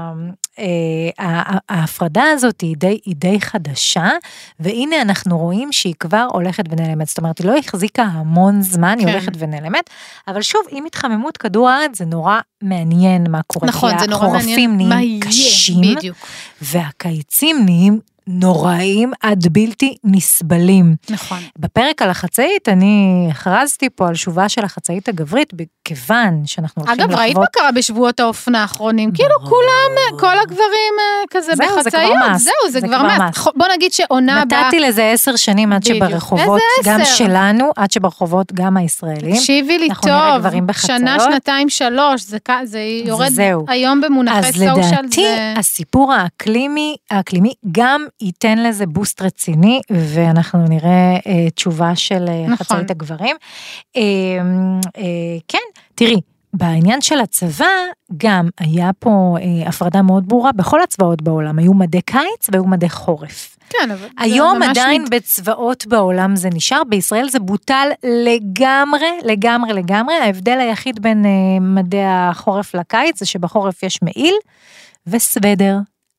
[SPEAKER 3] אה, ההפרדה הזאת היא די, היא די חדשה, והנה אנחנו רואים שהיא כבר הולכת ונעלמת. זאת אומרת, היא לא החזיקה המון זמן, כן. היא הולכת ונעלמת, אבל שוב, עם התחממות כדור הארץ, זה נורא מעניין מה קורה.
[SPEAKER 2] נכון, זה נורא מעניין.
[SPEAKER 3] החורפים נהיים קשים,
[SPEAKER 2] בדיוק.
[SPEAKER 3] והקיצים נהיים נוראים עד בלתי נסבלים.
[SPEAKER 2] נכון.
[SPEAKER 3] בפרק על החצאית, אני הכרזתי פה על שובה של החצאית הגברית, כיוון שאנחנו הולכים לחוות...
[SPEAKER 2] אגב, ראית מה קרה בשבועות האופנה האחרונים? כאילו כולם, כל הגברים כזה בחצאיות. זהו, זה כבר מס. בוא נגיד שעונה הבאה...
[SPEAKER 3] נתתי לזה עשר שנים עד שברחובות, גם שלנו, עד שברחובות גם הישראלים.
[SPEAKER 2] תקשיבי לי טוב, שנה, שנתיים, שלוש, זה יורד היום במונחי סושיאל.
[SPEAKER 3] אז לדעתי, הסיפור האקלימי, האקלימי גם ייתן לזה בוסט רציני, ואנחנו נראה אה, תשובה של נכון. חצאית הגברים. אה, אה, כן, תראי, בעניין של הצבא, גם היה פה אה, הפרדה מאוד ברורה, בכל הצבאות בעולם, היו מדי קיץ והיו מדי חורף.
[SPEAKER 2] כן, אבל
[SPEAKER 3] היום עדיין מת... בצבאות בעולם זה נשאר, בישראל זה בוטל לגמרי, לגמרי, לגמרי, ההבדל היחיד בין אה, מדי החורף לקיץ, זה שבחורף יש מעיל וסוודר,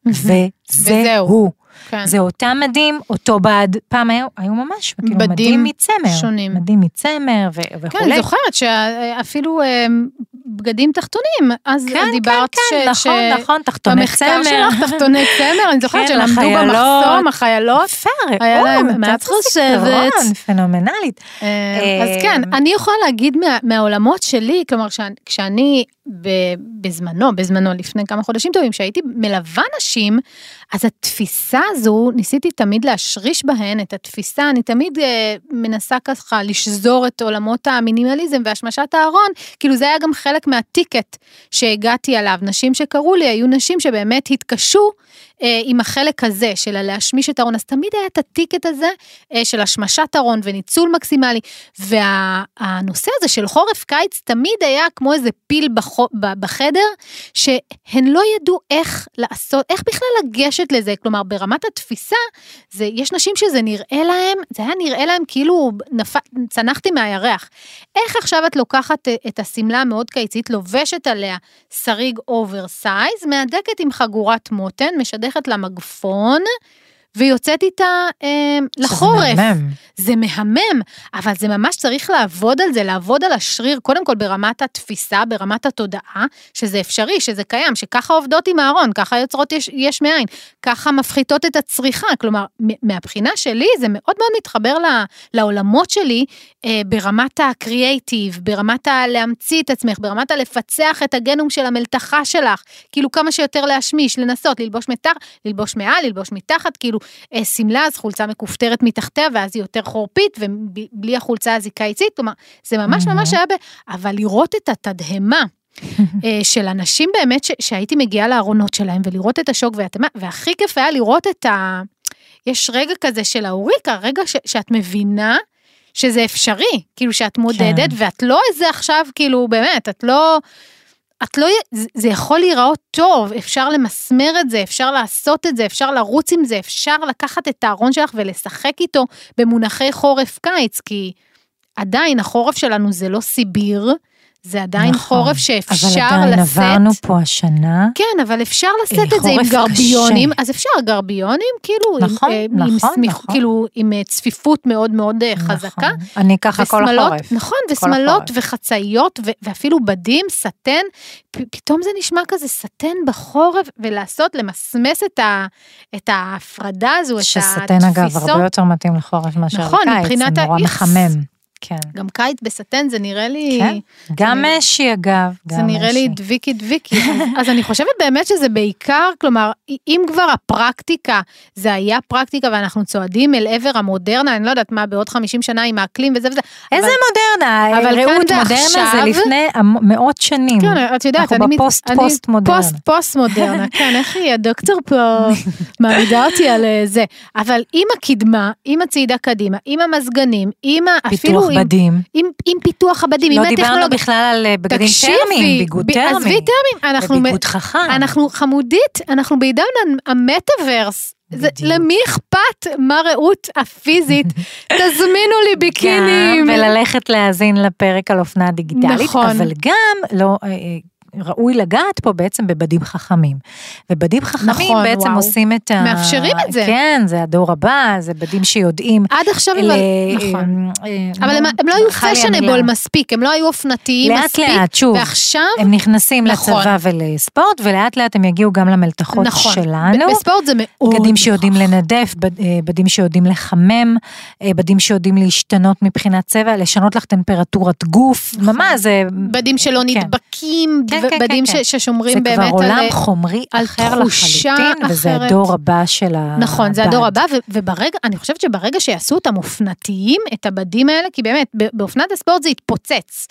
[SPEAKER 3] וזהו.
[SPEAKER 2] כן.
[SPEAKER 3] זה אותם מדים, אותו בד, פעם היו, היו ממש, כאילו מדים מצמר,
[SPEAKER 2] שונים.
[SPEAKER 3] מדים מצמר ו- וכו'.
[SPEAKER 2] כן, זוכרת שאפילו בגדים תחתונים, אז
[SPEAKER 3] כן,
[SPEAKER 2] דיברת
[SPEAKER 3] כן, כן,
[SPEAKER 2] ש...
[SPEAKER 3] נכון, ש... נכון, תחתוני צמר.
[SPEAKER 2] במחקר שלך, תחתוני צמר, אני זוכרת
[SPEAKER 3] כן,
[SPEAKER 2] שלמדו במחסום, החיילות.
[SPEAKER 3] פאר,
[SPEAKER 2] היה להם, מה את חושבת?
[SPEAKER 3] פנומנלית.
[SPEAKER 2] אז כן, אני יכולה להגיד מה, מהעולמות שלי, כלומר, כשאני בזמנו, בזמנו, לפני כמה חודשים טובים, שהייתי מלווה נשים, אז התפיסה הזו, ניסיתי תמיד להשריש בהן את התפיסה, אני תמיד אה, מנסה ככה לשזור את עולמות המינימליזם והשמשת הארון, כאילו זה היה גם חלק מהטיקט שהגעתי עליו, נשים שקראו לי, היו נשים שבאמת התקשו אה, עם החלק הזה של להשמיש את הארון, אז תמיד היה את הטיקט הזה אה, של השמשת ארון וניצול מקסימלי, והנושא הזה של חורף קיץ תמיד היה כמו איזה פיל בח, בחדר, שהן לא ידעו איך לעשות, איך בכלל לגשת לזה, כלומר ברמת התפיסה, זה, יש נשים שזה נראה להם, זה היה נראה להם כאילו נפ... צנחתי מהירח. איך עכשיו את לוקחת את הסמלה המאוד קיצית, לובשת עליה שריג אוברסייז, מהדקת עם חגורת מותן, משדכת למגפון, ויוצאת איתה אה, לחורף. מהמם. זה מהמם, אבל זה ממש צריך לעבוד על זה, לעבוד על השריר, קודם כל ברמת התפיסה, ברמת התודעה, שזה אפשרי, שזה קיים, שככה עובדות עם הארון, ככה יוצרות יש, יש מאין, ככה מפחיתות את הצריכה, כלומר, מהבחינה שלי, זה מאוד מאוד מתחבר לעולמות שלי, אה, ברמת הקריאייטיב, ברמת הלהמציא את עצמך, ברמת הלפצח את הגנום של המלתחה שלך, כאילו כמה שיותר להשמיש, לנסות, ללבוש מתח, ללבוש מעל, ללבוש מתחת, כאילו, סמלה, אז חולצה מכופתרת מתחתיה, ואז היא יותר חורפית, ובלי החולצה אז היא קיצית, כלומר, זה ממש ממש היה ב... אבל לראות את התדהמה של אנשים באמת, שהייתי מגיעה לארונות שלהם, ולראות את השוק והתמה, והכי כיף היה לראות את ה... יש רגע כזה של האוריקה, רגע שאת מבינה, שזה אפשרי, כאילו שאת מודדת, ואת לא איזה עכשיו, כאילו באמת, את לא... את לא, זה יכול להיראות טוב, אפשר למסמר את זה, אפשר לעשות את זה, אפשר לרוץ עם זה, אפשר לקחת את הארון שלך ולשחק איתו במונחי חורף קיץ, כי עדיין החורף שלנו זה לא סיביר, זה עדיין נכון, חורף שאפשר לשאת.
[SPEAKER 3] אבל עדיין לשאת, עברנו פה השנה.
[SPEAKER 2] כן, אבל אפשר לשאת את זה עם גרביונים, קשה. אז אפשר גרביונים, כאילו,
[SPEAKER 3] נכון, עם,
[SPEAKER 2] נכון,
[SPEAKER 3] עם,
[SPEAKER 2] סמיך,
[SPEAKER 3] נכון.
[SPEAKER 2] כאילו, עם צפיפות מאוד מאוד נכון. חזקה.
[SPEAKER 3] אני ככה כל החורף.
[SPEAKER 2] נכון, ושמלות וחצאיות, ו- ואפילו בדים, סטן, פ- פתאום זה נשמע כזה סטן בחורף, ולעשות, למסמס את, ה- את ההפרדה הזו, את התפיסות.
[SPEAKER 3] שסטן אגב, הרבה יותר מתאים לחורף מאשר
[SPEAKER 2] נכון,
[SPEAKER 3] לקיץ, זה נורא מחמם. כן.
[SPEAKER 2] גם קיץ בסטן, זה נראה לי...
[SPEAKER 3] כן, גם משי אגב.
[SPEAKER 2] זה נראה לי דביקי דביקי. אז אני חושבת באמת שזה בעיקר, כלומר, אם כבר הפרקטיקה, זה היה פרקטיקה ואנחנו צועדים אל עבר המודרנה, אני לא יודעת מה, בעוד חמישים שנה עם האקלים וזה וזה.
[SPEAKER 3] איזה מודרנה? רעות, מודרנה זה לפני מאות שנים.
[SPEAKER 2] כן, את יודעת,
[SPEAKER 3] אנחנו בפוסט פוסט מודרנה.
[SPEAKER 2] פוסט פוסט מודרנה, כן, איך היא, הדוקטור פה מעמידה אותי על זה. אבל עם הקדמה, עם הצעידה קדימה, עם המזגנים, עם אפילו
[SPEAKER 3] בדים.
[SPEAKER 2] עם, עם פיתוח הבדים.
[SPEAKER 3] לא דיברנו טכנולוג... בכלל על בגדים טרמיים, ביגוד טרמי.
[SPEAKER 2] עזבי טרמיים. אנחנו,
[SPEAKER 3] ביגוד חכם.
[SPEAKER 2] אנחנו חמודית, אנחנו בעידן המטאברס. זה, למי אכפת מה ראות הפיזית? תזמינו לי ביקינים.
[SPEAKER 3] וללכת להאזין לפרק על אופנה דיגיטלית.
[SPEAKER 2] נכון.
[SPEAKER 3] אבל גם לא... ראוי לגעת פה בעצם בבדים חכמים. ובדים חכמים נכון, בעצם וואו. עושים את ה...
[SPEAKER 2] מאפשרים את זה.
[SPEAKER 3] כן, זה הדור הבא, זה בדים שיודעים.
[SPEAKER 2] עד עכשיו,
[SPEAKER 3] אל...
[SPEAKER 2] אבל... נכון. אבל הם, הם לא היו פשנבול מספיק, הם לא היו אופנתיים
[SPEAKER 3] לאט
[SPEAKER 2] מספיק.
[SPEAKER 3] לאט, שוב,
[SPEAKER 2] ועכשיו...
[SPEAKER 3] הם נכנסים
[SPEAKER 2] נכון.
[SPEAKER 3] לצבא ולספורט, ולאט לאט הם יגיעו גם למלתחות
[SPEAKER 2] נכון.
[SPEAKER 3] שלנו.
[SPEAKER 2] בספורט זה מאוד...
[SPEAKER 3] בדים שיודעים לנדף, בדים שיודעים לחמם, בדים שיודעים להשתנות מבחינת צבע, לשנות לך טמפרטורת גוף, נכון. ממש זה...
[SPEAKER 2] בדים שלא כן. נדבקים, כן. בדים
[SPEAKER 3] כן,
[SPEAKER 2] ששומרים באמת
[SPEAKER 3] על...
[SPEAKER 2] זה
[SPEAKER 3] כבר עולם חומרי אחר לחלוטין, וזה הדור הבא של הבד.
[SPEAKER 2] נכון, זה הדור הבא, וברגע, אני חושבת שברגע שיעשו אותם אופנתיים, את הבדים האלה, כי באמת, באופנת הספורט זה יתפוצץ,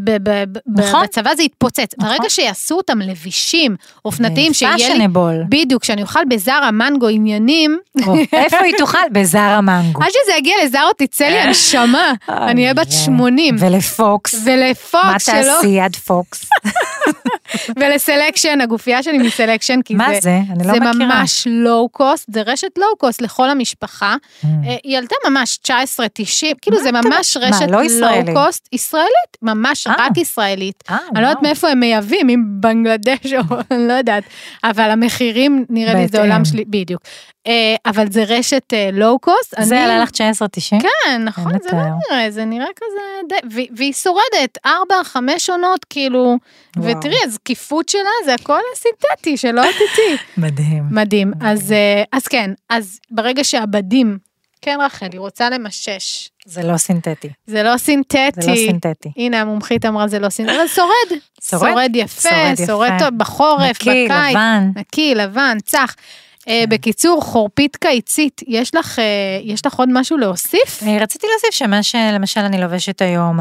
[SPEAKER 2] בצבא זה יתפוצץ, ברגע שיעשו אותם לבישים, אופנתיים, שיהיה לי, בדיוק, שאני אוכל בזר המנגו עניינים,
[SPEAKER 3] איפה היא תוכל? בזר המנגו.
[SPEAKER 2] עד שזה יגיע לזר או תצא לי הנשמה, אני אהיה בת שמונים.
[SPEAKER 3] ולפוקס.
[SPEAKER 2] ולפוקס שלא.
[SPEAKER 3] מה תעשי יד פוקס?
[SPEAKER 2] ולסלקשן, הגופייה שלי מסלקשן, כי
[SPEAKER 3] מה זה? אני לא מכירה.
[SPEAKER 2] זה ממש לואו קוסט, זה רשת לואו קוסט לכל המשפחה, היא עלתה ממש תשע עשרה תשעים, כאילו זה ממש רשת לואו קוסט, ישראלית, ממש רק ישראלית, אני לא יודעת מאיפה הם מייבאים, אם בנגלדש או אני לא יודעת, אבל המחירים נראה לי זה עולם שלי, בדיוק. אבל זה רשת לואו קוסט.
[SPEAKER 3] זה עלה לך תשע עשרה תשעים?
[SPEAKER 2] כן, נכון, זה לא נראה, זה נראה כזה, והיא שורדת, ארבע, חמש עונות, כאילו, ותראי, הזקיפות שלה, זה הכל סינתטי, שלא עתיתי.
[SPEAKER 3] מדהים.
[SPEAKER 2] מדהים, אז כן, אז ברגע שהבדים, כן רחל, היא רוצה למשש.
[SPEAKER 3] זה לא סינתטי.
[SPEAKER 2] זה לא סינתטי.
[SPEAKER 3] זה לא סינתטי.
[SPEAKER 2] הנה, המומחית אמרה, זה לא סינתטי, אבל שורד.
[SPEAKER 3] שורד?
[SPEAKER 2] שורד יפה, שורד טוב, בחורף, בקיץ.
[SPEAKER 3] נקי, לבן.
[SPEAKER 2] נקי, לבן, צח. בקיצור, חורפית קיצית, יש לך, יש לך עוד משהו להוסיף?
[SPEAKER 3] רציתי להוסיף שמה שלמשל אני לובשת היום,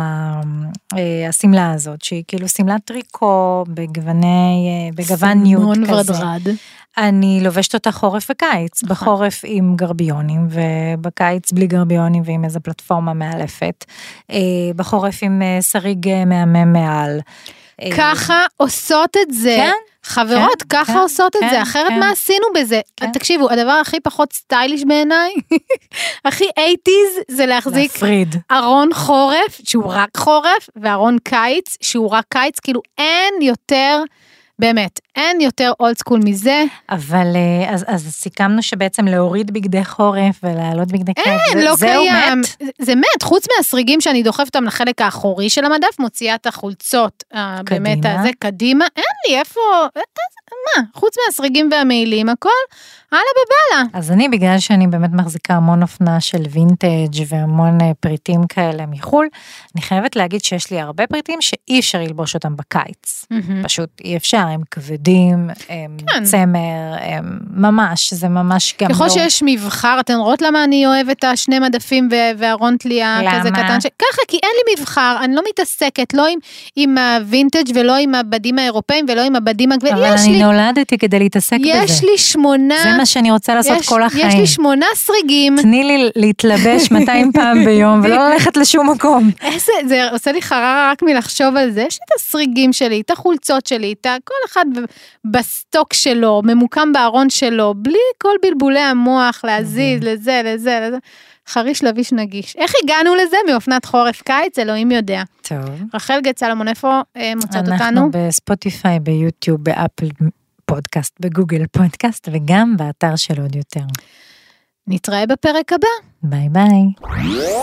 [SPEAKER 3] הסמלה הזאת, שהיא כאילו סמלת טריקו, בגווני, בגוון ניוט כזה. אני לובשת אותה חורף וקיץ, בחורף עם גרביונים, ובקיץ בלי גרביונים ועם איזו פלטפורמה מאלפת, בחורף עם שריג מהמם מעל.
[SPEAKER 2] ככה עושות את זה. כן? חברות, כן, ככה כן, עושות כן, את זה, אחרת כן. מה עשינו בזה? כן. תקשיבו, הדבר הכי פחות סטייליש בעיניי, הכי אייטיז, זה להחזיק
[SPEAKER 3] להפריד.
[SPEAKER 2] ארון חורף, שהוא רק חורף, וארון קיץ, שהוא רק קיץ, כאילו אין יותר, באמת, אין יותר אולד סקול מזה.
[SPEAKER 3] אבל, אז, אז סיכמנו שבעצם להוריד בגדי חורף, ולהעלות בגדי קיץ,
[SPEAKER 2] אין,
[SPEAKER 3] זה,
[SPEAKER 2] לא
[SPEAKER 3] זהו
[SPEAKER 2] קיים.
[SPEAKER 3] מת?
[SPEAKER 2] זה מת, חוץ מהסריגים שאני דוחפת אותם לחלק האחורי של המדף, מוציאה את החולצות, באמת, הזה, קדימה, אין לי, איפה, מה, חוץ מהסריגים והמעילים, הכל, הלאה בבאללה.
[SPEAKER 3] אז אני, בגלל שאני באמת מחזיקה המון אופנה של וינטג' והמון פריטים כאלה מחול, אני חייבת להגיד שיש לי הרבה פריטים שאי אפשר ללבוש אותם בקיץ. פשוט אי אפשר, הם כבדים, הם צמר, הם ממש, זה ממש גם לא...
[SPEAKER 2] ככל שיש מבחר, אתן רואות למה אני אוהבת את השני מדפים וארון תלייה כזה קטן? ככה, כי אין לי מבחר, אני לא מתעסקת, לא עם הווינטג' ולא עם הבדים האירופאים ולא עם הבדים הגבלים.
[SPEAKER 3] אבל אני נולדתי כדי להתעסק בזה.
[SPEAKER 2] יש לי שמונה...
[SPEAKER 3] זה מה שאני רוצה לעשות
[SPEAKER 2] יש,
[SPEAKER 3] כל החיים.
[SPEAKER 2] יש לי שמונה סריגים.
[SPEAKER 3] תני לי להתלבש מאתיים פעם ביום, ולא ללכת לשום מקום.
[SPEAKER 2] איזה, זה עושה לי חררה רק מלחשוב על זה. יש לי את הסריגים שלי, את החולצות שלי, את כל אחד בסטוק שלו, ממוקם בארון שלו, בלי כל בלבולי המוח, להזיז לזה, לזה, לזה. חריש לביש נגיש. איך הגענו לזה? מאופנת חורף קיץ, אלוהים יודע.
[SPEAKER 3] טוב.
[SPEAKER 2] רחל גת סלומון, איפה מוצאת אותנו?
[SPEAKER 3] אנחנו בספוטיפיי, ביוטיוב, באפל פודקאסט, בגוגל פודקאסט, וגם באתר של עוד יותר.
[SPEAKER 2] נתראה בפרק הבא.
[SPEAKER 3] ביי ביי.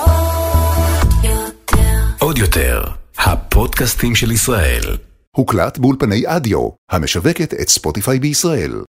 [SPEAKER 1] עוד יותר, הפודקאסטים של ישראל.
[SPEAKER 4] הוקלט באולפני אדיו, המשווקת את ספוטיפיי בישראל.